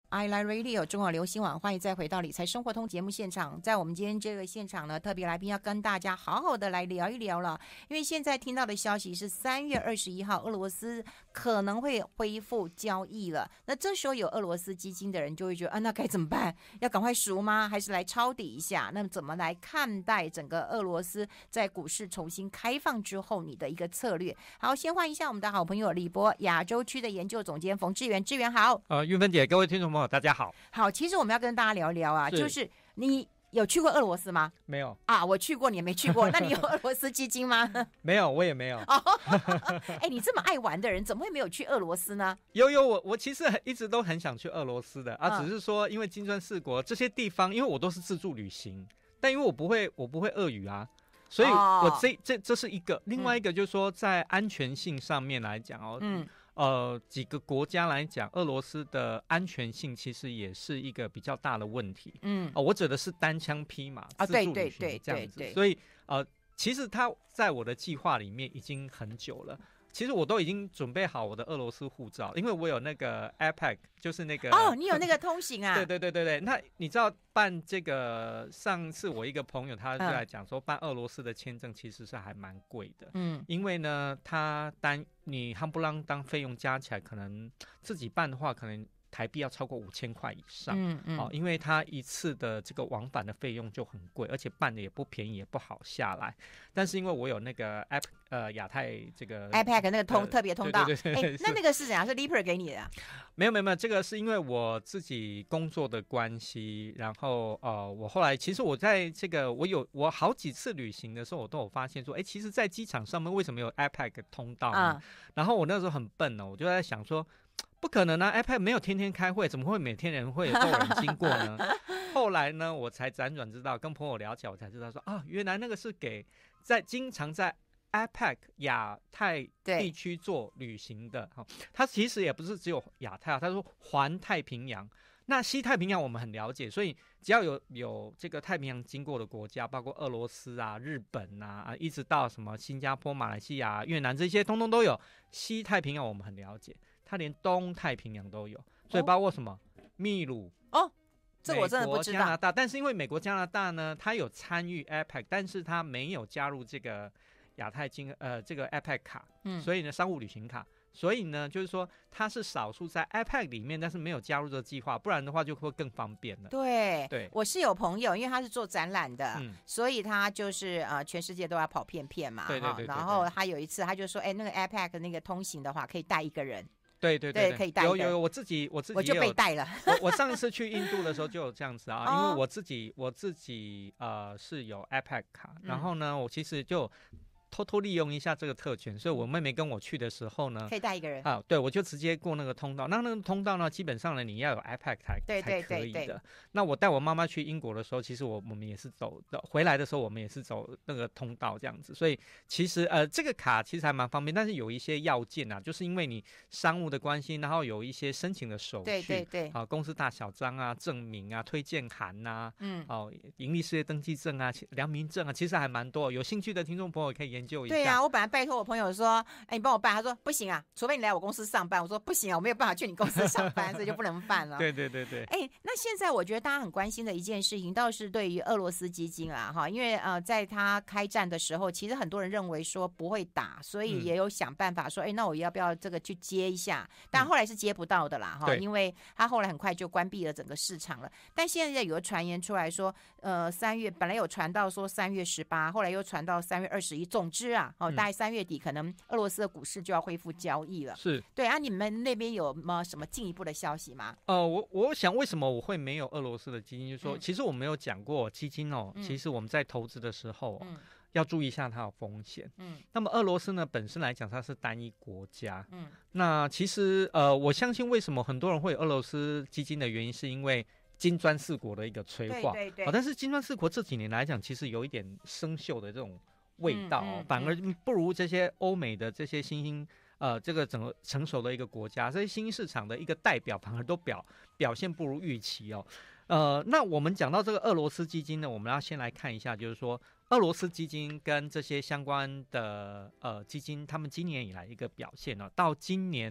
I Like Radio 中广流行网，欢迎再回到理财生活通节目现场。在我们今天这个现场呢，特别来宾要跟大家好好的来聊一聊了。因为现在听到的消息是3月21号，俄罗斯可能会恢复交易了。那这时候有俄罗斯基金的人就会觉得那该怎么办？要赶快赎吗？还是来抄底一下？那么怎么来看待整个俄罗斯在股市重新开放之后你的一个策略？好，先欢迎一下我们的好朋友李博亚洲区的研究总监冯志源，志源好。 玉芬姐，各位听众朋友大家好。 好，其实我们要跟大家聊一聊啊，就是你有去过俄罗斯吗？ 没有啊，我去过，你也没去过。那你有俄罗斯基金吗？ 没有，我也没有。 你这么爱玩的人，怎么会没有去俄罗斯呢？ 有，我其实一直都很想去俄罗斯的啊，只是说因为金砖四国这些地方，因为我都是自助旅行，但因为我不会俄语啊，所以我这是一个。另外一个就是说，在安全性上面来讲几个国家来讲，俄罗斯的安全性其实也是一个比较大的问题。我指的是单枪匹马自助旅行这样子，所以其实它在我的计划里面已经很久了。其实我都已经准备好我的俄罗斯护照，因为我有那个 APEC， 就是那个你有那个通行啊？ 对。那你知道办这个，上次我一个朋友他就来讲说，办俄罗斯的签证其实是还蛮贵的。因为呢，你夯不啷当费用加起来，可能自己办的话，可能台币要超过5000块以上。因为它一次的这个往返的费用就很贵，而且办的也不便宜，也不好下来。但是因为我有那个亚太这个 APEC 那个特别通道， 对， 那个是怎样？是 Leaper 给你的？ 没有，这个是因为我自己工作的关系，然后我后来其实我在这个我好几次旅行的时候，我都有发现说，其实，在机场上面为什么有 APEC 通道呢？然后我那时候很笨我就在想说，不可能啊 ，APEC 没有天天开会，怎么会每天都有人经过呢？后来呢，我才辗转知道，跟朋友聊起来，我才知道说原来那个是给经常在 APEC 亚太地区做旅行的。它其实也不是只有亚太它说环太平洋。那西太平洋我们很了解，所以只要有这个太平洋经过的国家，包括俄罗斯啊、日本啊，一直到什么新加坡、马来西亚、越南这些，通通都有。西太平洋我们很了解，它连东太平洋都有，所以包括什么秘鲁这我真的不知道。 加拿大，但是因为美国、加拿大呢，它有参与 APEC， 但是它没有加入这个亚太这个 APEC 卡，所以呢，商务旅行卡。所以呢，就是说它是少数在 APEC 里面，但是没有加入这个计划，不然的话就会更方便了。 对，我是有朋友，因为他是做展览的，所以他就是全世界都要跑片嘛。 对。 然后他有一次他就说，那个 APEC 那个通行的话，可以带一个人。 对， 可以带一个人。 有，我自己我就被带了。 我上一次去印度的时候就有这样子啊，因为我自己是有 APEC 卡，然后呢，我其实就偷偷利用一下这个特权，所以我妹妹跟我去的时候呢， 可以带一个人对，我就直接过那个通道。那个通道呢，基本上呢，你要有 APEC 才可以的。那我带我妈妈去英国的时候，其实我们也是走的，回来的时候我们也是走那个通道这样子。所以其实这个卡其实还蛮方便，但是有一些要件啊，就是因为你商务的关系，然后有一些申请的手续， 对公司大小章啊、证明啊、推荐函啊，营利事业登记证啊、良民证啊，其实还蛮多。有兴趣的听众朋友可以研究一下。 对啊，我本来拜托我朋友说，你帮我办，他说不行啊，除非你来我公司上班。我说不行啊，我没有办法去你公司上班，所以就不能办了。 对。 那现在我觉得大家很关心的一件事情，倒是对于俄罗斯基金啊，因为在他开战的时候，其实很多人认为说不会打，所以也有想办法说，那我要不要这个去接一下？但后来是接不到的啦，因为他后来很快就关闭了整个市场了。但现在有个传言出来说，3月本来有传到说3月18，后来又传到3月21，总之大概3月底可能俄罗斯的股市就要恢复交易了。 是， 对啊，你们那边有什么进一步的消息吗？ 我想为什么我会没有俄罗斯的基金，就是说，其实我没有讲过基金其实我们在投资的时候要注意一下它的风险。那么俄罗斯呢本身来讲它是单一国家。那其实我相信为什么很多人会有俄罗斯基金的原因，是因为金砖四国的一个催化。 对。 但是金砖四国这几年来讲，其实有一点生锈的这种味道反而不如这些欧美的这些新兴这个整个成熟的一个国家，这些新兴市场的一个代表反而都表现不如预期那我们讲到这个俄罗斯基金呢，我们要先来看一下，就是说俄罗斯基金跟这些相关的基金，他们今年以来一个表现到今年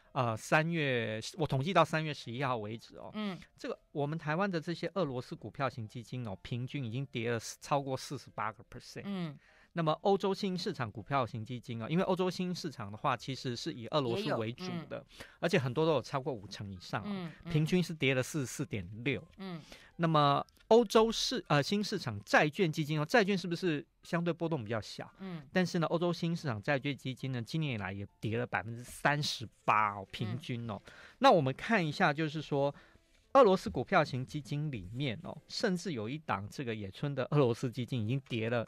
我统计到3月11号为止哦，这个我们台湾的这些俄罗斯股票型基金哦，平均已经跌了超过48%。那么欧洲新兴市场股票型基金因为欧洲新兴市场的话，其实是以俄罗斯为主的，而且很多都有超过50%以上，平均是跌了44.6%。那么欧洲新市场债券基金债券是不是相对波动比较小？但是呢，欧洲新市场债券基金呢，今年以来也跌了38%平均那我们看一下，就是说，俄罗斯股票型基金里面甚至有一档这个野村的俄罗斯基金已经跌了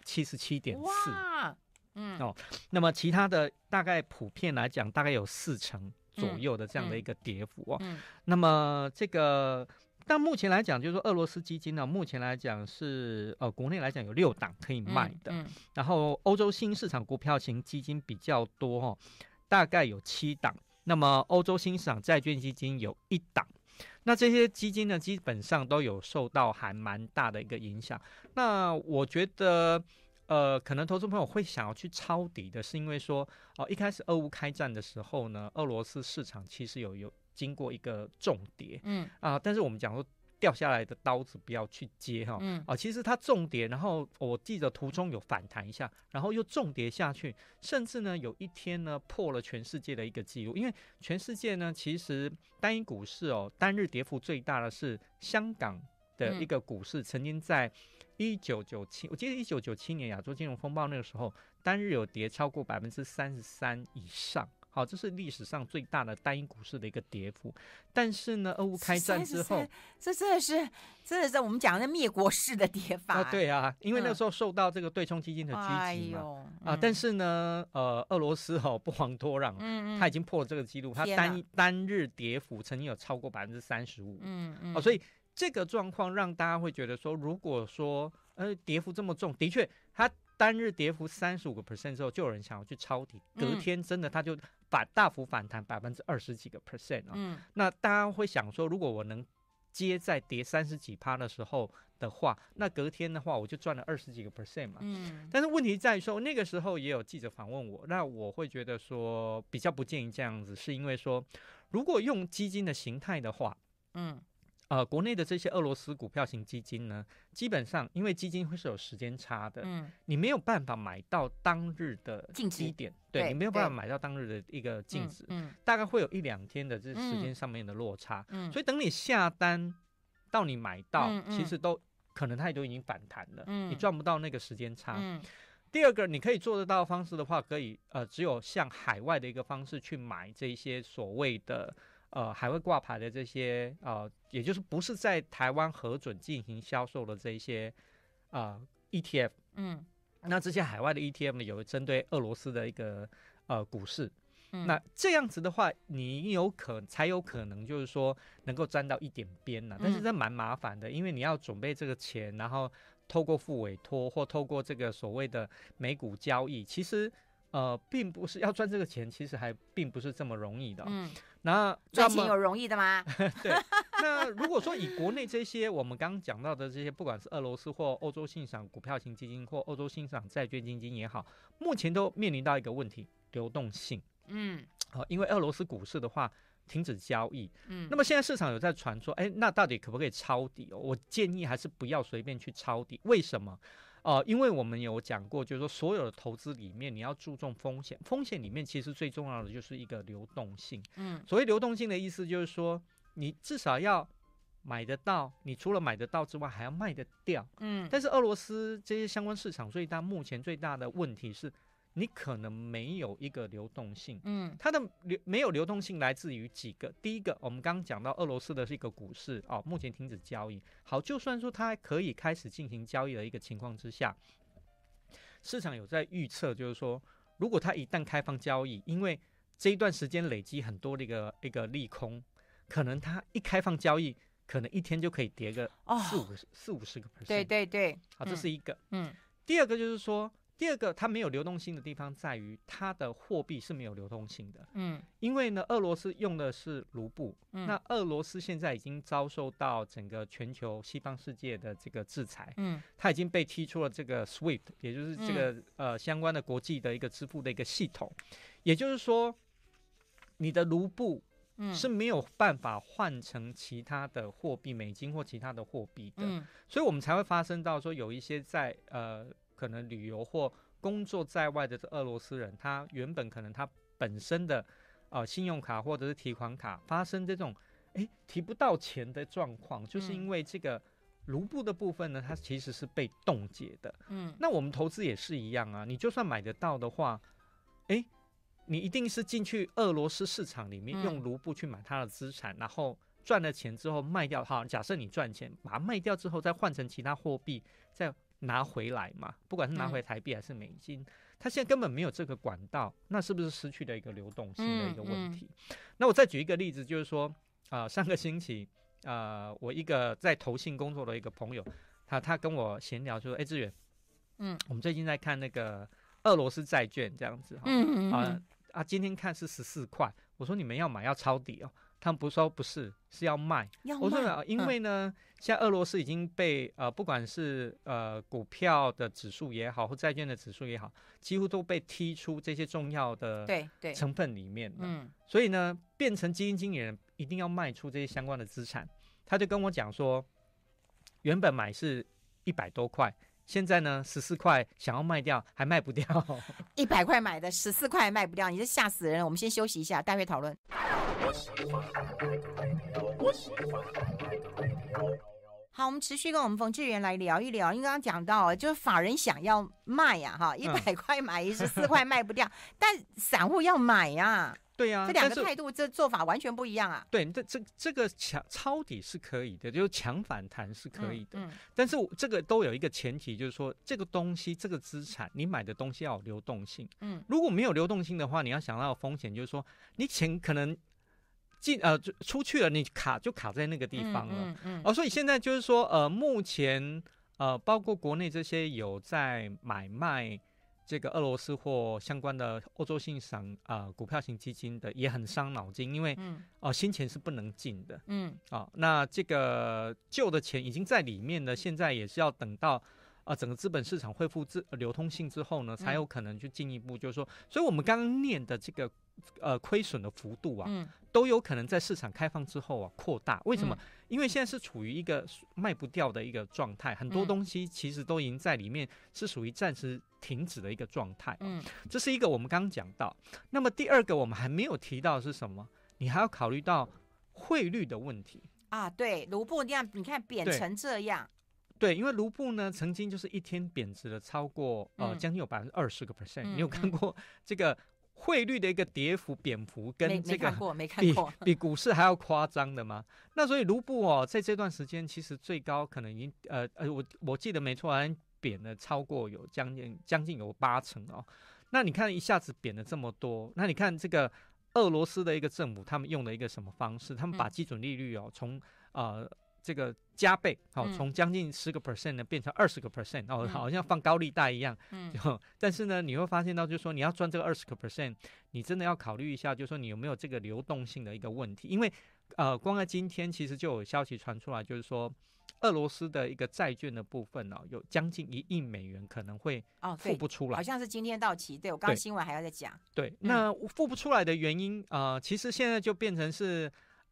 77.4%。那么其他的大概普遍来讲，大概有40%左右的这样的一个跌幅那么这个。但目前来讲，就是说俄罗斯基金呢，目前来讲是国内来讲有6档可以卖的，然后欧洲新市场股票型基金比较多大概有7档，那么欧洲新市场债券基金有1档，那这些基金呢，基本上都有受到还蛮大的一个影响。那我觉得可能投资朋友会想要去抄底的，是因为说一开始俄乌开战的时候呢，俄罗斯市场其实有经过一个重跌，但是我们讲说掉下来的刀子不要去接其实它重跌，然后我记得途中有反弹一下，然后又重跌下去，甚至呢有一天呢破了全世界的一个记录，因为全世界呢其实单一股市单日跌幅最大的是香港的一个股市，曾经在1997，我记得1997年亚洲金融风暴那个时候，单日有跌超过33%以上。好，这是历史上最大的单一股市的一个跌幅。但是呢，俄乌开战之后， 这真的是我们讲的灭国式的跌法对啊，因为那时候受到这个对冲基金的狙击嘛，但是呢，俄罗斯不遑多让，他已经破了这个记录，他单日跌幅曾经有超过35%，所以这个状况让大家会觉得说，如果说跌幅这么重，的确他单日跌幅35%之后，就有人想要去抄底，隔天真的他就大幅反弹20几个%那大家会想说，如果我能接在跌30几%的时候的话，那隔天的话我就赚了20几个%嘛。但是问题在于说，那个时候也有记者访问我，那我会觉得说比较不建议这样子，是因为说如果用基金的形态的话，国内的这些俄罗斯股票型基金呢，基本上因为基金会是有时间差的，你没有办法买到当日的低点，对，你没有办法买到当日的一个净值，大概会有1-2天的这时间上面的落差，所以等你下单到你买到，其实都可能它都已经反弹了，你赚不到那个时间差。第二个，你可以做得到的方式的话，可以只有向海外的一个方式去买这些所谓的。海外挂牌的这些也就是不是在台湾核准进行销售的这一些ETF，那这些海外的 ETF 呢，有针对俄罗斯的一个股市，那这样子的话，你才有可能就是说能够沾到一点边但是这蛮麻烦的，因为你要准备这个钱，然后透过付委托或透过这个所谓的美股交易，其实并不是要赚这个钱，其实还并不是这么容易的。那赚钱有容易的吗？ 对。那如果说以国内这些我们刚刚讲到的这些，不管是俄罗斯或欧洲新市场股票型基金或欧洲新市场债券基金也好，目前都面临到一个问题，流动性。因为俄罗斯股市的话停止交易，那么现在市场有在传说，那到底可不可以抄底我建议还是不要随便去抄底。为什么？因为我们有讲过，就是说所有的投资里面你要注重风险，风险里面其实最重要的就是一个流动性。所谓流动性的意思就是说，你至少要买得到，你除了买得到之外还要卖得掉。但是俄罗斯这些相关市场目前最大的问题是，你可能没有一个流动性。它的没有流动性来自于几个。第一个，我们刚刚讲到俄罗斯的是一个股市目前停止交易。好，就算说它可以开始进行交易的一个情况之下，市场有在预测，就是说，如果它一旦开放交易，因为这一段时间累积很多的一个利空，可能它一开放交易，可能一天就可以跌个40-50%。 对对对， 好，这是一个。第二个就是说。第二个，它没有流动性的地方在于它的货币是没有流动性的。因为呢，俄罗斯用的是卢布，那俄罗斯现在已经遭受到整个全球西方世界的这个制裁。它已经被踢出了这个 SWIFT， 也就是这个相关的国际的一个支付的一个系统。也就是说，你的卢布是没有办法换成其他的货币，美金或其他的货币的，所以我们才会发生到说有一些在可能旅游或工作在外的俄罗斯人，他原本可能他本身的信用卡或者是提款卡发生这种提不到钱的状况，就是因为这个卢布的部分呢，它其实是被冻结的。那我们投资也是一样啊，你就算买得到的话，你一定是进去俄罗斯市场里面用卢布去买它的资产，然后赚了钱之后卖掉。好，假设你赚钱，把它卖掉之后再换成其他货币，再拿回来嘛，不管是拿回台币还是美金，它现在根本没有这个管道，那是不是失去了一个流动性的一个问题？那我再举一个例子，就是说上个星期我一个在投信工作的一个朋友，他跟我闲聊，就说志远，我们最近在看那个俄罗斯债券这样子今天看是14块，我说你们要买要抄底哦，他们不是要卖，我说因为呢，现在俄罗斯已经被不管是股票的指数也好，或债券的指数也好，几乎都被踢出这些重要的成分里面了。所以呢，变成基金经理人一定要卖出这些相关的资产。他就跟我讲说，原本买是100多块。现在呢，14块想要卖掉还卖不掉 ，100块买的14块还卖不掉，你是吓死人了。我们先休息一下，待会讨论。好，我们持续跟我们冯志源来聊一聊，因为刚刚讲到，就是法人想要卖呀，100块买14块卖不掉，但散户要买呀。对啊，这两个态度，这做法完全不一样啊。 对，这个抄底是可以的，就是强反弹是可以的。但是这个都有一个前提，就是说这个东西，这个资产，你买的东西要有流动性。如果没有流动性的话，你要想到的风险就是说，你钱可能出去了，你卡在那个地方了。所以现在就是说，目前包括国内这些有在买卖这个俄罗斯或相关的欧洲性股票型基金的也很伤脑筋，因为新钱是不能进的。那这个旧的钱已经在里面了，现在也是要等到整个资本市场恢复流通性之后呢，才有可能去进一步，就是说，所以我们刚刚念的这个亏损的幅度都有可能在市场开放之后扩大。为什么？因为现在是处于一个卖不掉的一个状态，很多东西其实都已经在里面是属于暂时停止的一个状态。这是一个我们刚刚讲到。那么第二个我们还没有提到的是什么？你还要考虑到汇率的问题啊。对，卢布这样，你看贬成这样。 对，因为卢布呢，曾经就是一天贬值了超过将近有20%。你有看过这个汇率的一个跌幅、贬幅跟这个没看过比股市还要夸张的吗？那所以卢布在这段时间其实最高可能已经我记得没错，好像贬了超过有将近有80%那你看一下子贬了这么多，那你看这个俄罗斯的一个政府，他们用的一个什么方式？他们把基准利率从这个加倍，从将近10% 呢变成20%，好像放高利贷一样。但是呢，你会发现到，就是说你要赚这个20%，你真的要考虑一下，就是说你有没有这个流动性的一个问题。因为光在今天其实就有消息传出来，就是说俄罗斯的一个债券的部分有将近1亿美元可能会付不出来， 好像是今天到期。对，我刚刚新闻还要再讲。 对，那付不出来的原因其实现在就变成是。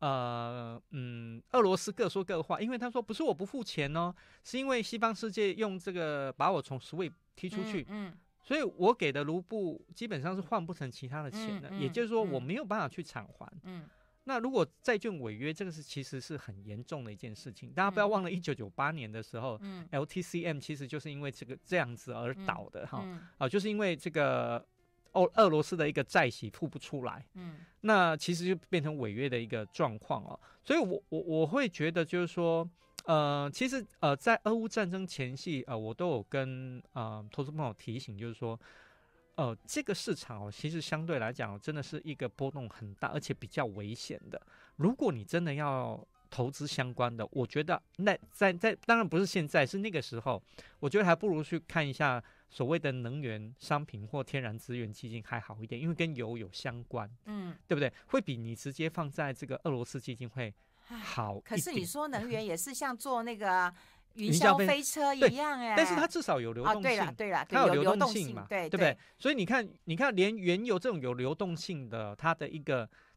俄罗斯各说各话，因为他说不是我不付钱是因为西方世界用这个把我从 SWIFT 踢出去，所以我给的卢布基本上是换不成其他的钱的，也就是说我没有办法去偿还。那如果债券违约，这个其实是很严重的一件事情。大家不要忘了1998年的时候，LTCM 其实就是因为这样子而倒的就是因为这个。俄罗斯的一个债息付不出来，那其实就变成违约的一个状况所以我会觉得就是说，其实在俄乌战争前夕我都有跟投资朋友提醒，就是说，这个市场其实相对来讲真的是一个波动很大，而且比较危险的。如果你真的要投资相关的，我觉得那在当然不是现在，是那个时候，我觉得还不如去看一下所谓的能源商品或天然资源基金还好一点，因为跟油有相关，对不对？会比你直接放在这个俄罗斯基金会好一点。 可是你说能源也是像做那个云霄飞车一样但是它至少有流动性。 对了， 它有流动性嘛， 对不对？所以你看，连原油这种有流动性的，它的一个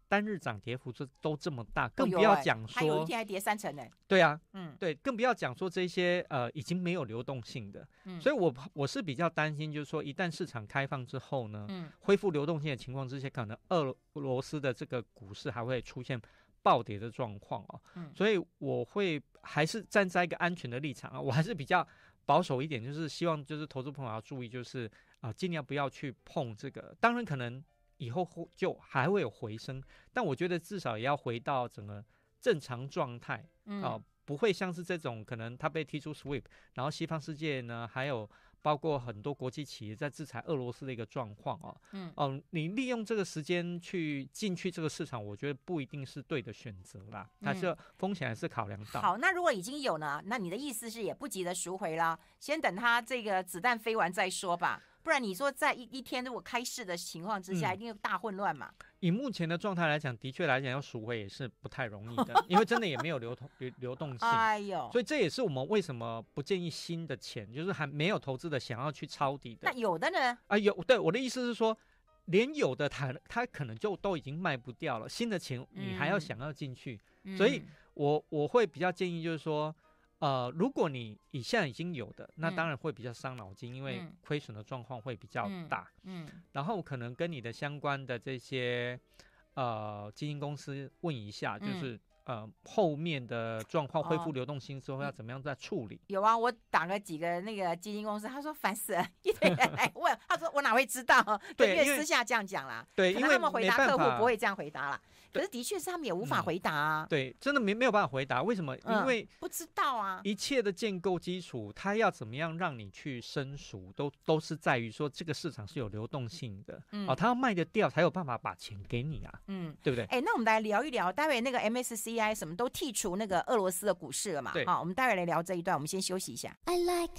单日涨跌幅都这么大，更不要讲说， 它有一天还跌3成呢。 对啊，对，更不要讲说这些已经没有流动性的，所以我是比较担心，就是说一旦市场开放之后呢，恢复流动性的情况之下，可能俄罗斯的这个股市还会出现暴跌的状况哦，所以我会还是站在一个安全的立场啊，我还是比较保守一点，就是希望就是投资朋友要注意，就是尽量不要去碰这个。当然可能以后就还会有回升，但我觉得至少也要回到整个正常状态不会像是这种可能它被踢出 SWIFT， 然后西方世界呢还有包括很多国际企业在制裁俄罗斯的一个状况你利用这个时间进去这个市场，我觉得不一定是对的选择啦，还是风险还是考量到。 好，那如果已经有呢，那你的意思是也不急着赎回了，先等它这个子弹飞完再说吧。不然你说在一天如果开市的情况之下，一定有大混乱嘛。 以目前的状态来讲，的确来讲要赎回也是不太容易的，因为真的也没有流动性。 哎呦， 所以这也是我们为什么不建议新的钱，就是还没有投资的想要去抄底的。 那有的呢？ 有，对，我的意思是说，连有的它可能就都已经卖不掉了，新的钱你还要想要进去，所以我会比较建议就是说。如果你现在已经有的，那当然会比较伤脑筋，因为亏损的状况会比较大。然后可能跟你的相关的这些基金公司问一下，就是后面的状况恢复流动性之后要怎么样再处理。 有啊，我打了几个那个基金公司，他说烦死了，一堆人来问，他说我哪会知道？对，因为私下这样讲啦， 对， 可能他们回答客户不会这样回答啦。可是的确是他们也无法回答啊。 对，真的没有办法回答，为什么？因为不知道啊。 一切的建构基础，它要怎么样让你去申赎，都是在于说这个市场是有流动性的，它要卖得掉才有办法把钱给你啊，对不对？ 那我们来聊一聊，待会那个 MSCI 什么都剔除那个俄罗斯的股市了嘛？ 对， 好，我们待会来聊这一段，我们先休息一下。 I like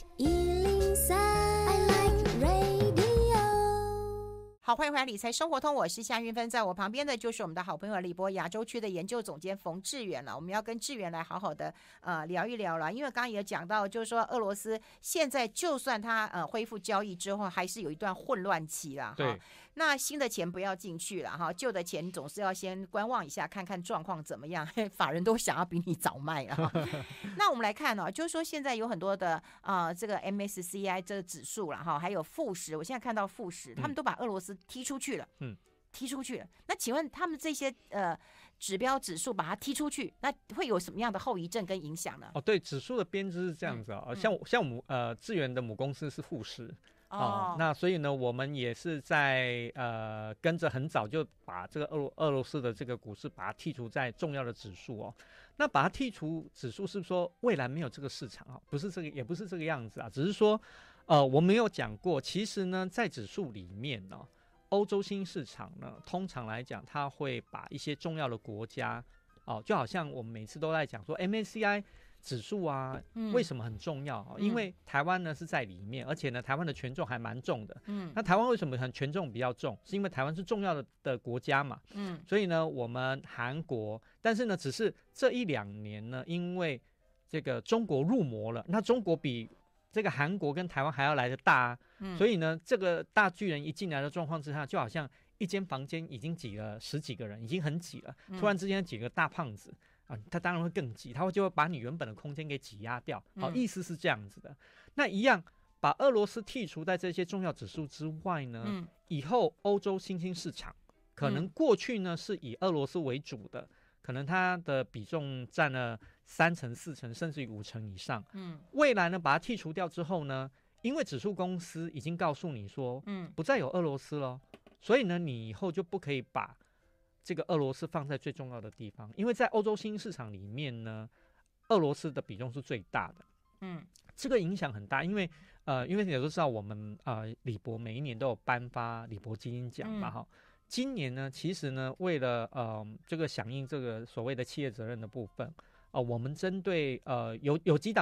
103, I like radio。 好，欢迎回来理财生活通，我是夏运芬，在我旁边的就是我们的好朋友李博亚洲区的研究总监冯志远了。我们要跟志远来好好的聊一聊了，因为刚刚也讲到，就是说俄罗斯现在就算它恢复交易之后，还是有一段混乱期啦。 对， 那新的钱不要进去了哈，旧的钱总是要先观望一下，看看状况怎么样。法人都想要比你早卖了。那我们来看就是说现在有很多的这个 MSCI 这个指数了哈，还有富时，我现在看到富时，他们都把俄罗斯踢出去了，踢出去了。那请问他们这些指标指数把它踢出去，那会有什么样的后遗症跟影响呢？ 对，指数的编织是这样子像我们智原的母公司是富时。那所以呢，我们也是在跟着很早就把这个俄罗斯的这个股市把它剔除在重要的指数那把它剔除指数是说未来没有这个市场不是这个，也不是这个样子只是说我没有讲过，其实呢在指数里面欧洲新市场呢，通常来讲它会把一些重要的国家就好像我们每次都在讲说 MSCI指数为什么很重要因为台湾呢是在里面，而且呢台湾的权重还蛮重的那台湾为什么很权重比较重，是因为台湾是重要的国家嘛所以呢我们韩国，但是呢只是这1-2年呢，因为这个中国入魔了，那中国比这个韩国跟台湾还要来得大所以呢这个大巨人一进来的状况之下，就好像一间房间已经挤了10几个人，已经很挤了，突然之间几个大胖子他当然会更挤，他就会把你原本的空间给挤压掉意思是这样子的。那一样把俄罗斯剔除在这些重要指数之外呢以后欧洲新兴市场可能过去呢是以俄罗斯为主的，可能它的比重占了3成4成甚至于5成以上未来呢把它剔除掉之后呢，因为指数公司已经告诉你说不再有俄罗斯了，所以呢你以后就不可以把这个俄罗斯放在最重要的地方，因为在欧洲新兴市场里面呢，俄罗斯的比重是最大的。这个影响很大，因为你都知道我们李博每一年都有颁发李博基金奖嘛今年呢，其实呢为了这个响应这个所谓的企业责任的部分我们针对有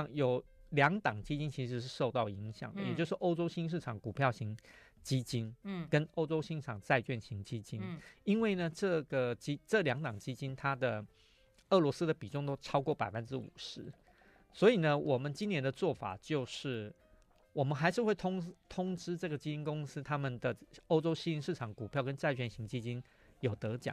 2档基金其实是受到影响的，也就是欧洲新市场股票型基金跟欧洲新市场债券型基金因为呢这2档基金它的俄罗斯的比重都超过50%，所以呢我们今年的做法就是我们还是会通知这个基金公司他们的欧洲新兴市场股票跟债券型基金有得奖，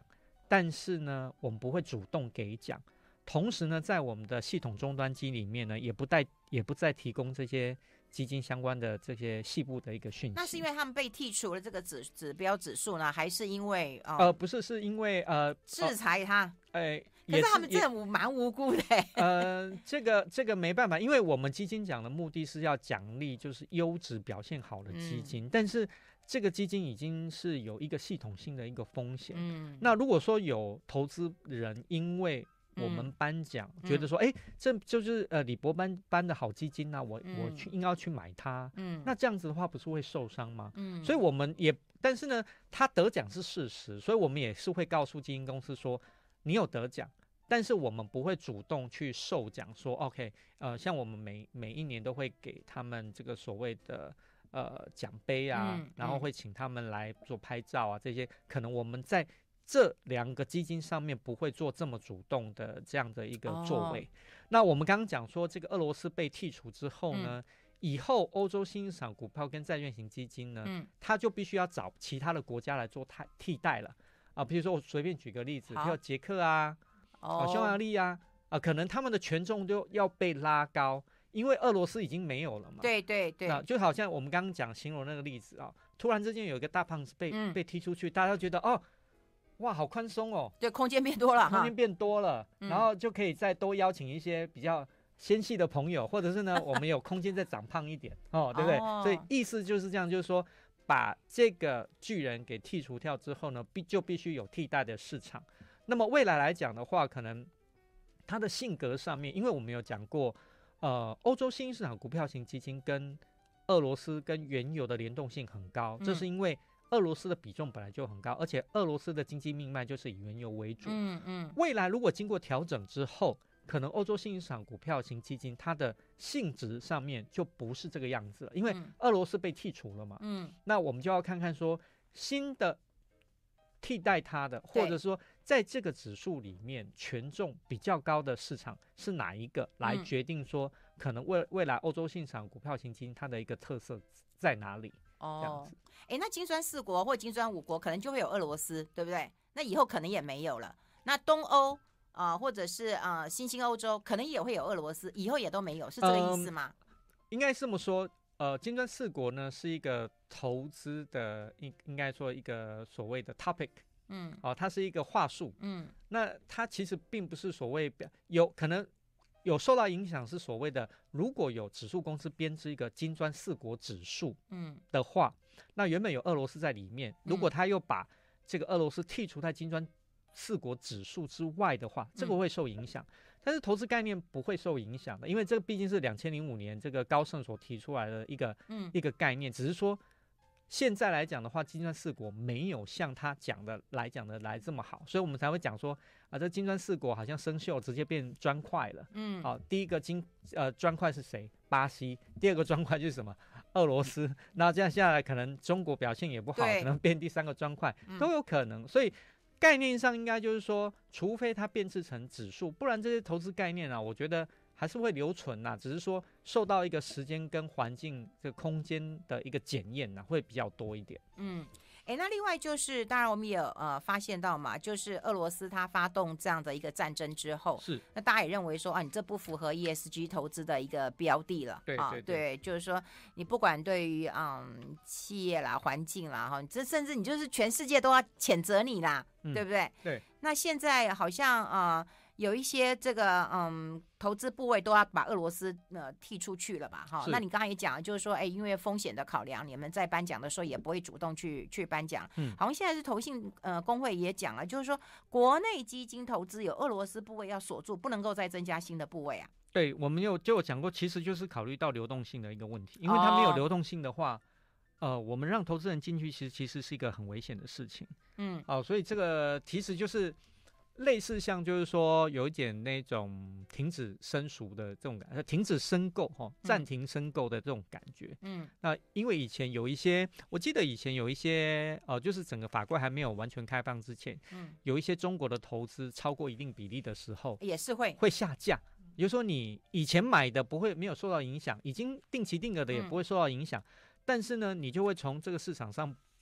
但是呢，我们不会主动给奖。同时呢，在我们的系统终端机里面呢，也不再提供这些基金相关的这些细部的一个讯息。 那是因为他们被剔除了这个指标指数呢，还是因为不是，是因为制裁他？可是他们真的蛮无辜的。 这个没办法，因为我们基金奖的目的是要奖励就是优质表现好的基金，但是这个基金已经是有一个系统性的一个风险。那如果说有投资人因为我们颁奖，觉得说，这就是李博颁的好基金啊，我应该去买它，那这样子的话不是会受伤吗？所以我们也，但是呢，他得奖是事实，所以我们也是会告诉基金公司说，你有得奖，但是我们不会主动去授奖，说 OK，像我们每一年都会给他们这个所谓的奖杯啊，然后会请他们来做拍照啊，这些可能我们在这2个基金上面不会做这么主动的这样的一个作为。那我们刚刚讲说，这个俄罗斯被剔除之后呢，以后欧洲新兴市场股票跟债券型基金呢，它就必须要找其他的国家来做替代了啊。比如说我随便举个例子，比如捷克啊、匈牙利啊，可能他们的权重就要被拉高，因为俄罗斯已经没有了嘛。 对对对， 那就好像我们刚刚讲形容那个例子啊，突然之间有一个大胖子被踢出去，大家都觉得哇，好宽松哦！ 对，空间变多了， 空间变多了，然后就可以再多邀请一些比较纤细的朋友，或者是呢，我们有空间再长胖一点对不对？所以意思就是这样，就是说把这个巨人给剔除掉之后呢，就必须有替代的市场。那么未来来讲的话，可能它的性格上面，因为我们有讲过，欧洲新兴市场股票型基金跟俄罗斯跟原油的联动性很高，这是因为俄罗斯的比重本来就很高，而且俄罗斯的经济命脉就是以原油为主。未来如果经过调整之后，可能欧洲新兴市场股票型基金它的性质上面就不是这个样子了，因为俄罗斯被剔除了嘛。那我们就要看看说新的替代它的，或者说在这个指数里面权重比较高的市场是哪一个，来决定说可能未来欧洲新兴市场股票型基金它的一个特色在哪里。这样子。 那金砖4国或金砖5国可能就会有俄罗斯，对不对？那以后可能也没有了。那东欧或者是新兴欧洲可能也会有俄罗斯，以后也都没有，是这个意思吗？ 应该这么说，金砖4国呢是一个投资的应该说一个所谓的 topic，它是一个话术，那它其实并不是所谓有可能有受到影响，是所谓的如果有指数公司编制一个金砖4国指数的话，那原本有俄罗斯在里面，如果他又把这个俄罗斯剔除在金砖4国指数之外的话，这个会受影响。但是投资概念不会受影响的，因为这个毕竟是2005年这个高盛所提出来的一个概念，只是说现在来讲的话，金砖4国没有像他讲的来这么好，所以我们才会讲说这金砖4国好像生锈，直接变砖块了。第一个砖块是谁？巴西。第二个砖块就是什么？俄罗斯。那这样下来，可能中国表现也不好，可能变第3个砖块都有可能。所以概念上应该就是说，除非它变质成指数，不然这些投资概念我觉得还是会留存只是说受到一个时间跟环境这个空间的一个检验会比较多一点。 那另外就是，当然我们也发现到嘛，就是俄罗斯它发动这样的一个战争之后， 是那大家也认为说你这不符合 ESG 投资的一个标的了。对，就是说你不管对于企业啦、环境啦这甚至你就是全世界都要谴责你啦，对不对？ 对。 那现在好像有一些这个投资部位都要把俄罗斯剔出去了吧？那你刚刚也讲了，就是说，因为风险的考量，你们在颁奖的时候也不会主动去颁奖。好像现在是投信工会也讲了，就是说国内基金投资有俄罗斯部位要锁住，不能够再增加新的部位啊。 对，我们就有讲过，其实就是考虑到流动性的一个问题，因为它没有流动性的话，我们让投资人进去，其实是一个很危险的事情。所以这个其实就是类似像就是说有一点那种停止申赎的这种感觉，停止申购暂停申购的这种感觉。那因为以前有一些，我记得以前有一些就是整个法规还没有完全开放之前，有一些中国的投资超过一定比例的时候， 也是会下架。比如说你以前买的没有受到影响，已经定期定额的也不会受到影响，但是呢，你就会从这个市场上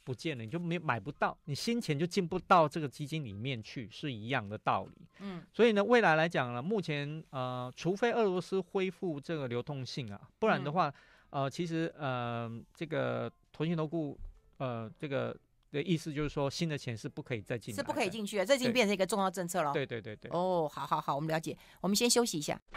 不见了，你就买不到，你新钱就进不到这个基金里面去，是一样的道理。所以呢，未来来讲呢，目前除非俄罗斯恢复这个流动性啊，不然的话，其实这个投信投顾这个的意思就是说，新的钱是不可以再进来的， 是不可以进去的，这已经变成一个重要政策了。 对对对对。 哦，好好好，我们了解。我们先休息一下。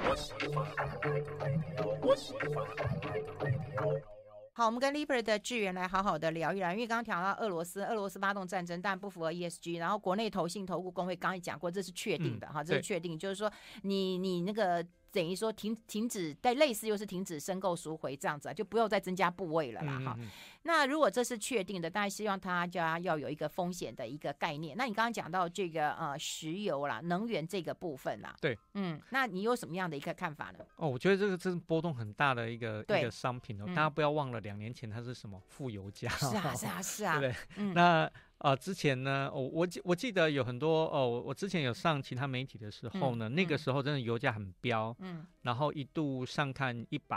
好，我们跟 Libra 的志源来好好的聊一聊，因为刚刚讲到俄罗斯发动战争，但不符合 ESG， 然后国内投信投顾工会刚才讲过，这是确定的哈，这是确定，就是说你那个等于说停止，但类似又是停止申购赎回这样子啊，就不用再增加部位了啦哈。那如果这是确定的，当然希望大家要有一个风险的一个概念。那你刚刚讲到这个石油啦、能源这个部分啦， 对， 那你有什么样的一个看法呢？ 我觉得这个真是波动很大的一个商品大家不要忘了2年前它是什么负油价， 是啊， 对不对？那之前呢，我记得有很多我之前有上其他媒体的时候呢，那个时候真的油价很飙，然后一度上看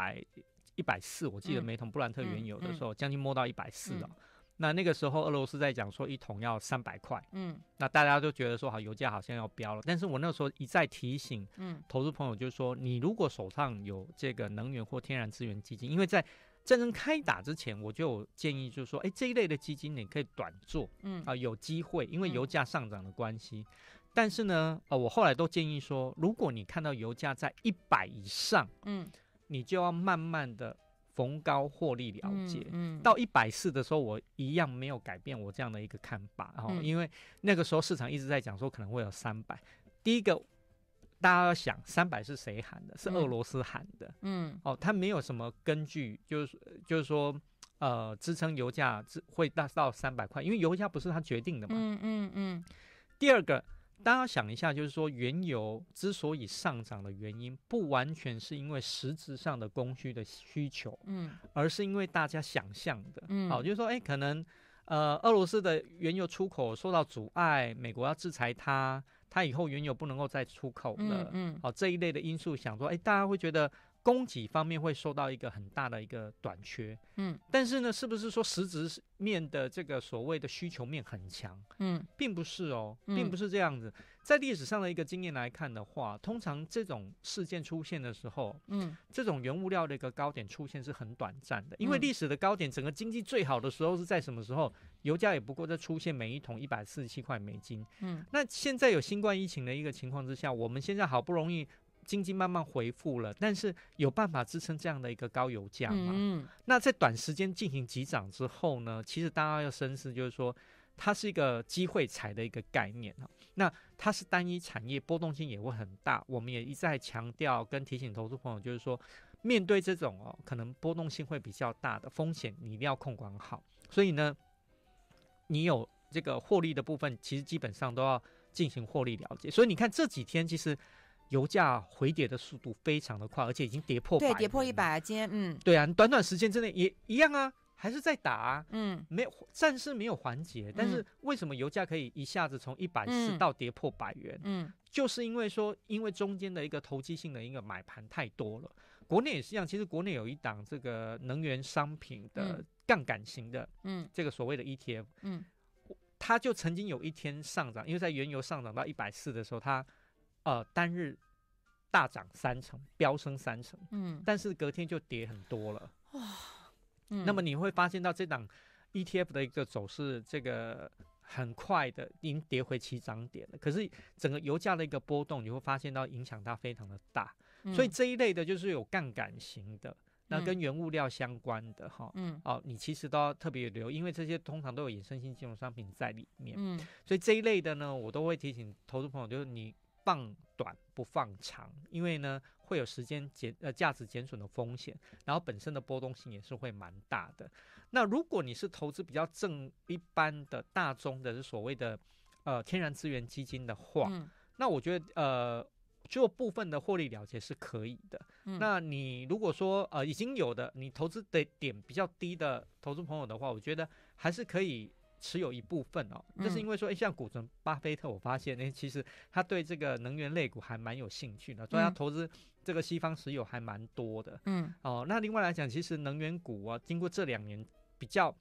140，我记得每桶布兰特原油的时候，将近摸到140了。那个时候俄罗斯在讲说一桶要300块，那大家都觉得说好，油价好像要飙了。但是我那时候一再提醒，投资朋友就是说，你如果手上有这个能源或天然资源基金，因为在战争开打之前，我就有建议，就是说，这一类的基金你可以短做，有机会，因为油价上涨的关系。但是呢，我后来都建议说，如果你看到油价在100以上，你就要慢慢的逢高获利了结。到140的时候，我一样没有改变我这样的一个看法，因为那个时候市场一直在讲说可能会有300。第一个，大家要想300是谁喊的？是俄罗斯喊的。他没有什么根据，就是说支撑油价会到300块，因为油价不是他决定的嘛。第二个，大家要想一下，就是说原油之所以上涨的原因，不完全是因为实质上的供需的需求，而是因为大家想象的。就是说，可能俄罗斯的原油出口受到阻碍，美国要制裁它以后原油不能够再出口了。这一类的因素，想说，大家会觉得供给方面会受到一个很大的一个短缺。但是呢，是不是说实质面的这个所谓的需求面很强？并不是并不是这样子。在历史上的一个经验来看的话，通常这种事件出现的时候，这种原物料的一个高点出现是很短暂的，因为历史的高点，整个经济最好的时候是在什么时候？油价也不过在出现每一桶147块美金。那现在有新冠疫情的一个情况之下，我们现在好不容易经济慢慢恢复了，但是有办法支撑这样的一个高油价吗？那在短时间进行急涨之后呢，其实大家要深思，就是说它是一个机会财的一个概念。那它是单一产业，波动性也会很大。我们也一再强调跟提醒投资朋友，就是说面对这种可能波动性会比较大的风险，你一定要控管好。所以呢，你有这个获利的部分，其实基本上都要进行获利了结。所以你看这几天其实油价回跌的速度非常的快，而且已经跌破100， 对，跌破100。今天对啊，短短时间之内也一样啊，还是在打没有，暂时没有缓解。但是为什么油价可以一下子从140到跌破100元？就是因为说，因为中间的一个投机性的一个买盘太多了。国内也是一样，其实国内有一档这个能源商品的杠杆型的，这个所谓的 ETF，它就曾经有一天上涨，因为在原油上涨到140的时候，它单日大涨30%，飙升30%，但是隔天就跌很多了。那么你会发现到这档 ETF 的一个走势，这个很快的已经跌回起涨点了。可是整个油价的一个波动，你会发现到影响它非常的大。所以这一类的就是有杠杆型的，那跟原物料相关的你其实都要特别留意，因为这些通常都有衍生性金融商品在里面。所以这一类的呢，我都会提醒投资朋友，就是你放短不放长，因为呢会有时间价值减损的风险，然后本身的波动性也是会蛮大的。那如果你是投资比较一般的大宗的所谓的天然资源基金的话，那我觉得就部分的获利了结是可以的。那你如果说已经有的你投资的点比较低的投资朋友的话，我觉得还是可以持有一部分这是因为说像股神巴菲特，我发现其实他对这个能源类股还蛮有兴趣的，所以他投资这个西方石油还蛮多的。那另外来讲，其实能源股经过这2年比较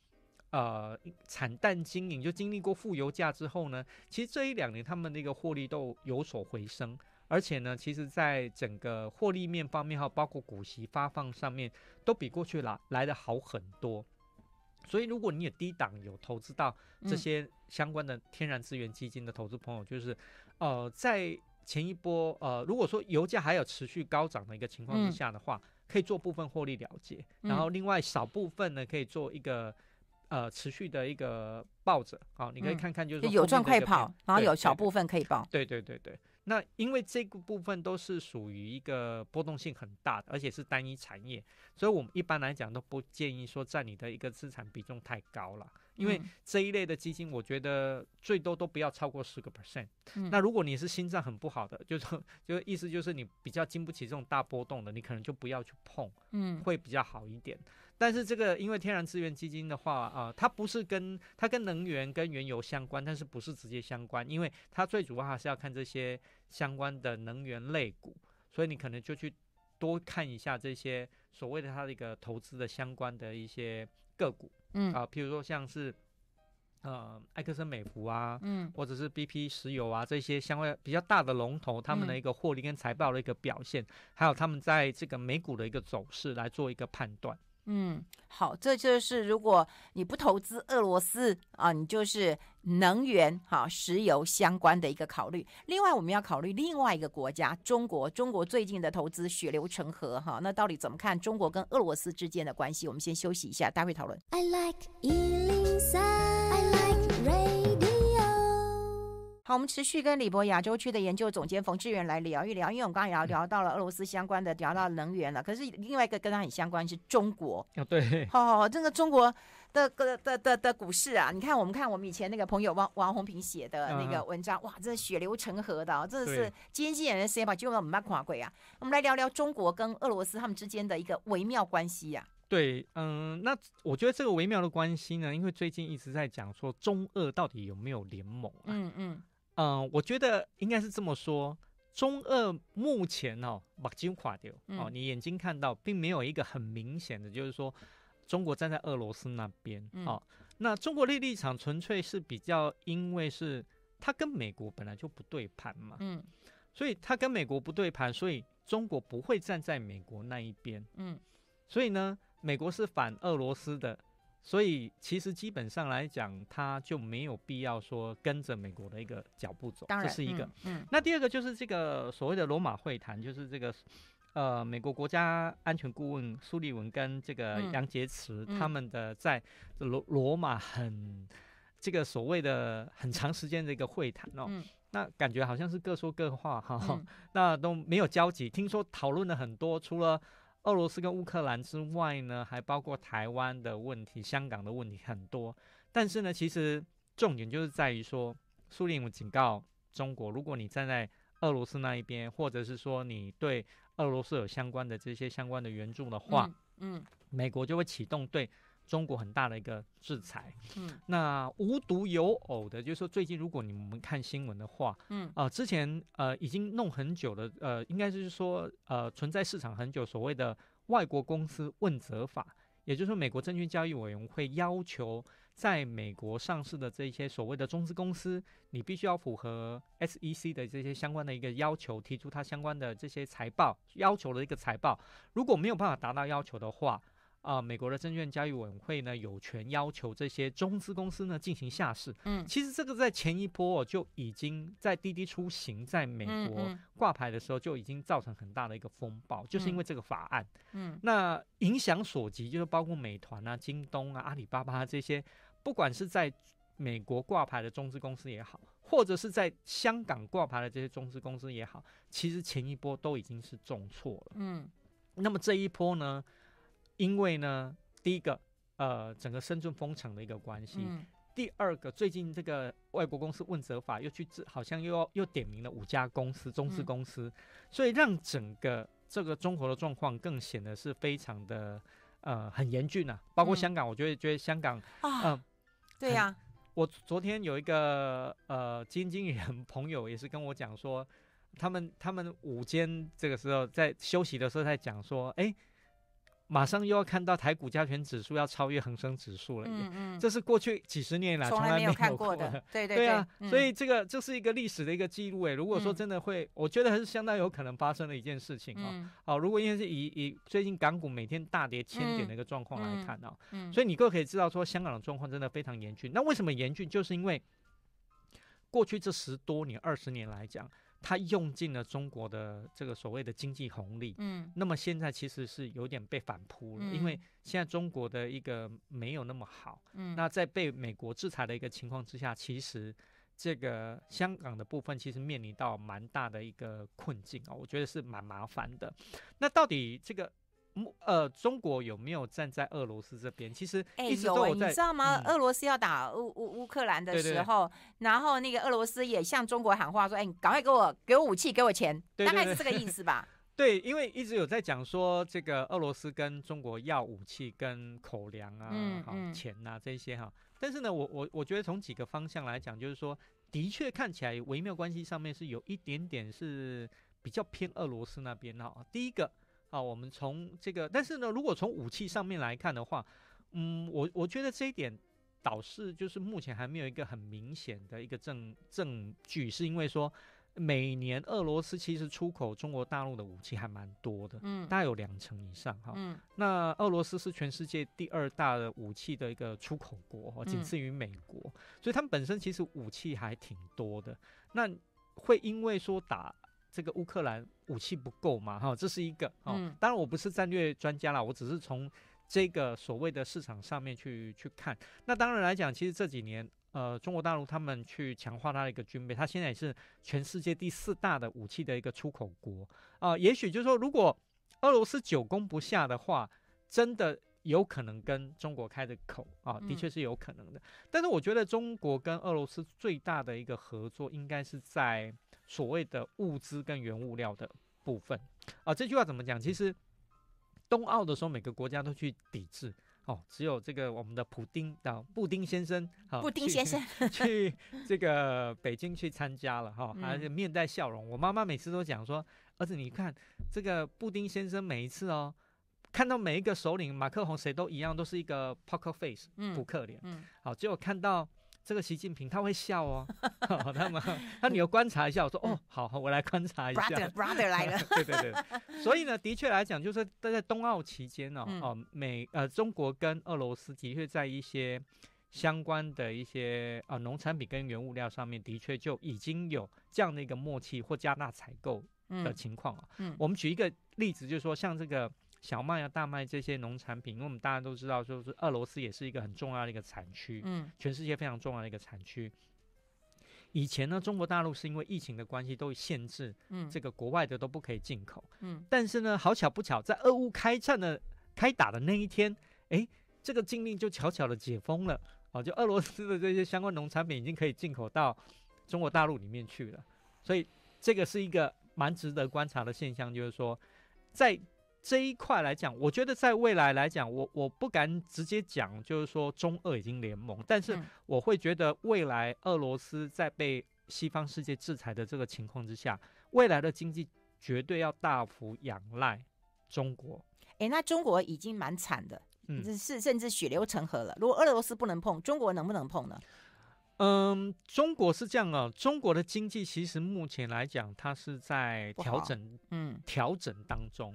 产淡经营，就经历过负油价之后呢，其实这1-2年他们的一个获利都有所回升，而且呢，其实在整个获利面方面，还有包括股息发放上面，都比过去来的好很多。所以如果你也低档有投资到这些相关的天然资源基金的投资朋友，就是在前一波如果说油价还有持续高涨的一个情况之下的话，可以做部分获利了结，然后另外少部分呢可以做一个持续的一个抱着，你可以看看就是有赚快跑，然后有小部分可以抱。 对。那因为这个部分都是属于一个波动性很大的，而且是单一产业，所以我们一般来讲都不建议说占你的一个资产比重太高了。因为这一类的基金，我觉得最多都不要超过10%。那如果你是心脏很不好的，就意思就是你比较经不起这种大波动的，你可能就不要去碰，会比较好一点。但是这个因为天然资源基金的话，它不是它跟能源跟原油相关，但是不是直接相关，因为它最主要还是要看这些相关的能源类股，所以你可能就去多看一下这些所谓的它的一个投资的相关的一些个股，譬如说像是埃克森美孚啊，或者是 BP 石油啊，这些相关比较大的龙头，他们的一个获利跟财报的一个表现，还有他们在这个美股的一个走势来做一个判断。 好，这就是如果你不投资俄罗斯你就是能源石油相关的一个考虑。另外我们要考虑另外一个国家中国最近的投资血流成河那到底怎么看中国跟俄罗斯之间的关系？我们先休息一下，待会讨论。 I like 103, I like radio。 好，我们持续跟李博亚洲区的研究总监冯志远来聊一聊，因为我们刚刚聊到了俄罗斯相关的，聊到能源了，可是另外一个跟它很相关是中国。 对， 这个中国的股市啊，你看我们以前那个朋友王洪平写的那个文章，哇，真的血流成河的，真的是经纪人的时间吧，就我们没看过啊。我们来聊聊中国跟俄罗斯他们之间的一个微妙关系啊。 对，那我觉得这个微妙的关系呢，因为最近一直在讲说中俄到底有没有联盟我觉得应该是这么说，中俄目前目睭看到你眼睛看到，并没有一个很明显的，就是说中国站在俄罗斯那边那中国的立场纯粹是比较，因为是他跟美国本来就不对盘嘛，所以他跟美国不对盘，所以中国不会站在美国那一边，所以呢，美国是反俄罗斯的。所以其实基本上来讲，他就没有必要说跟着美国的一个脚步走，这是一个。那第二个就是这个所谓的罗马会谈，就是这个美国国家安全顾问苏利文跟这个杨洁篪他们的在罗马这个所谓的很长时间的一个会谈那感觉好像是各说各话那都没有交集。听说讨论了很多，除了俄罗斯跟乌克兰之外呢，还包括台湾的问题、香港的问题很多。但是呢，其实重点就是在于说，苏利文警告中国，如果你站在俄罗斯那一边，或者是说你对俄罗斯有相关的这些相关的援助的话，美国就会启动对中国很大的一个制裁。那无独有偶的，就是说最近如果你们看新闻的话，之前已经弄很久的，应该是说存在市场很久所谓的外国公司问责法，也就是说美国证券交易委员会要求在美国上市的这些所谓的中资公司，你必须要符合 SEC 的这些相关的一个要求，提出它相关的这些财报要求的一个财报，如果没有办法达到要求的话，美国的证券交易委员会呢有权要求这些中资公司呢进行下市。其实这个在前一波就已经在滴滴出行在美国挂牌的时候就已经造成很大的一个风暴，就是因为这个法案。那影响所及就是包括美团啊、京东啊、阿里巴巴这些，不管是在美国挂牌的中资公司也好，或者是在香港挂牌的这些中资公司也好，其实前一波都已经是重挫了。那么这一波呢，因为呢，第一个整个深圳封城的一个关系，第二个最近这个外国公司问责法又好像又点名了5家公司中资公司，所以让整个这个中国的状况更显得是非常的很严峻啊。包括香港，我觉得香港对呀， 我昨天有一个基金经理人朋友也是跟我讲说，他们午间这个时候在休息的时候在讲说， 马上又要看到台股加权指数要超越恒生指数了耶，这是过去几十年来从来没有看过的，对对对啊，所以这是一个历史的一个记录如果说真的会，我觉得还是相当有可能发生的一件事情好，如果因为是以最近港股每天大跌1000点的一个状况来看所以你各位可以知道说香港的状况真的非常严峻。那为什么严峻？就是因为过去这10多年、20年来讲，它用尽了中国的这个所谓的经济红利，那么现在其实是有点被反扑了，因为现在中国的一个没有那么好，那在被美国制裁的一个情况之下，其实这个香港的部分其实面临到蛮大的一个困境我觉得是蛮麻烦的。那到底这个中国有没有站在俄罗斯这边？其实一直都有在， 你知道吗？俄罗斯要打乌克兰的时候，对，然后那个俄罗斯也向中国喊话说：“你赶快给我武器，给我钱。”大概是这个意思吧。 对，因为一直有在讲说，这个俄罗斯跟中国要武器、跟口粮钱这些但是呢，我觉得从几个方向来讲，就是说，的确看起来微妙关系上面是有一点点是比较偏俄罗斯那边第一个。我们从这个，但是呢，如果从武器上面来看的话，我觉得这一点倒是就是目前还没有一个很明显的一个证据，是因为说每年俄罗斯其实出口中国大陆的武器还蛮多的，大概有20%以上那俄罗斯是全世界第2大的武器的一个出口国仅次于美国，所以他们本身其实武器还挺多的。那会因为说打这个乌克兰武器不够嘛这是一个当然我不是战略专家啦，我只是从这个所谓的市场上面去看。那当然来讲，其实这几年中国大陆他们去强化它的一个军备，它现在也是全世界第4大的武器的一个出口国也许就是说，如果俄罗斯久攻不下的话，真的有可能跟中国开的口的确是有可能的。但是我觉得中国跟俄罗斯最大的一个合作应该是在所谓的物资跟原物料的部分这句话怎么讲？其实冬奥的时候每个国家都去抵制只有这个我们的布丁先生去这个北京去参加了而且面带笑容。我妈妈每次都讲说，儿子你看这个布丁先生每一次看到每一个首领马克宏谁都一样，都是一个 poker face 扑克脸结果看到这个习近平他会笑那你有观察一下？我说好，我来观察一下。 brother 来了。 对，所以呢，的确来讲，就是在冬奥期间中国跟俄罗斯的确在一些相关的一些农产品跟原物料上面，的确就已经有这样的一个默契或加大采购的情况我们举一个例子，就是说像这个小麦大麦这些农产品，因为我们大家都知道，就是俄罗斯也是一个很重要的一个产区，全世界非常重要的一个产区。以前呢，中国大陆是因为疫情的关系，都限制这个国外的都不可以进口。但是呢，好巧不巧，在俄乌开打的那一天，这个禁令就悄悄的解封了就俄罗斯的这些相关农产品已经可以进口到中国大陆里面去了。所以这个是一个蛮值得观察的现象，就是说在这一块来讲，我觉得在未来来讲，我不敢直接讲，就是说中俄已经联盟，但是我会觉得未来俄罗斯在被西方世界制裁的这个情况之下，未来的经济绝对要大幅仰赖中国。 那中国已经蛮惨的，甚至血流成河了。如果俄罗斯不能碰，中国能不能碰呢？ 中国是这样中国的经济其实目前来讲，它是在调整当中。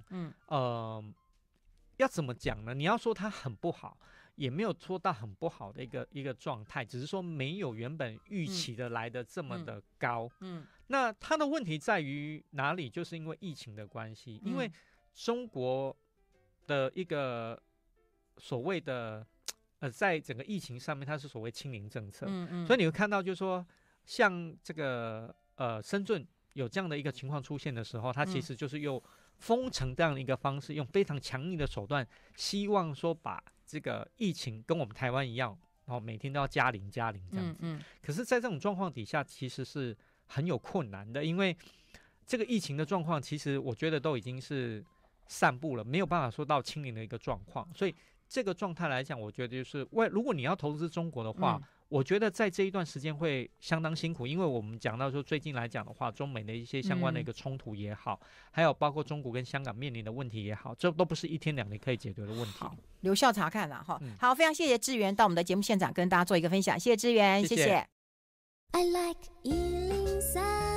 要怎么讲呢？你要说它很不好，也没有说到很不好的一个状态，只是说没有原本预期的来的这么的高。那它的问题在于哪里？就是因为疫情的关系，因为中国的一个所谓的在整个疫情上面，它是所谓清零政策，所以你会看到，就是说，像这个深圳有这样的一个情况出现的时候，它其实就是用封城这样的一个方式，用非常强硬的手段，希望说把这个疫情跟我们台湾一样，然后每天都要加零这样子。可是，在这种状况底下，其实是很有困难的，因为这个疫情的状况，其实我觉得都已经是散布了，没有办法说到清零的一个状况，所以这个状态来讲，我觉得就是如果你要投资中国的话，我觉得在这一段时间会相当辛苦，因为我们讲到说最近来讲的话，中美的一些相关的一个冲突也好，还有包括中国跟香港面临的问题也好，这都不是一天两天可以解决的问题。 好，留校察看了哈。好，非常谢谢志源到我们的节目现场跟大家做一个分享，谢谢志源，谢谢。 I like 103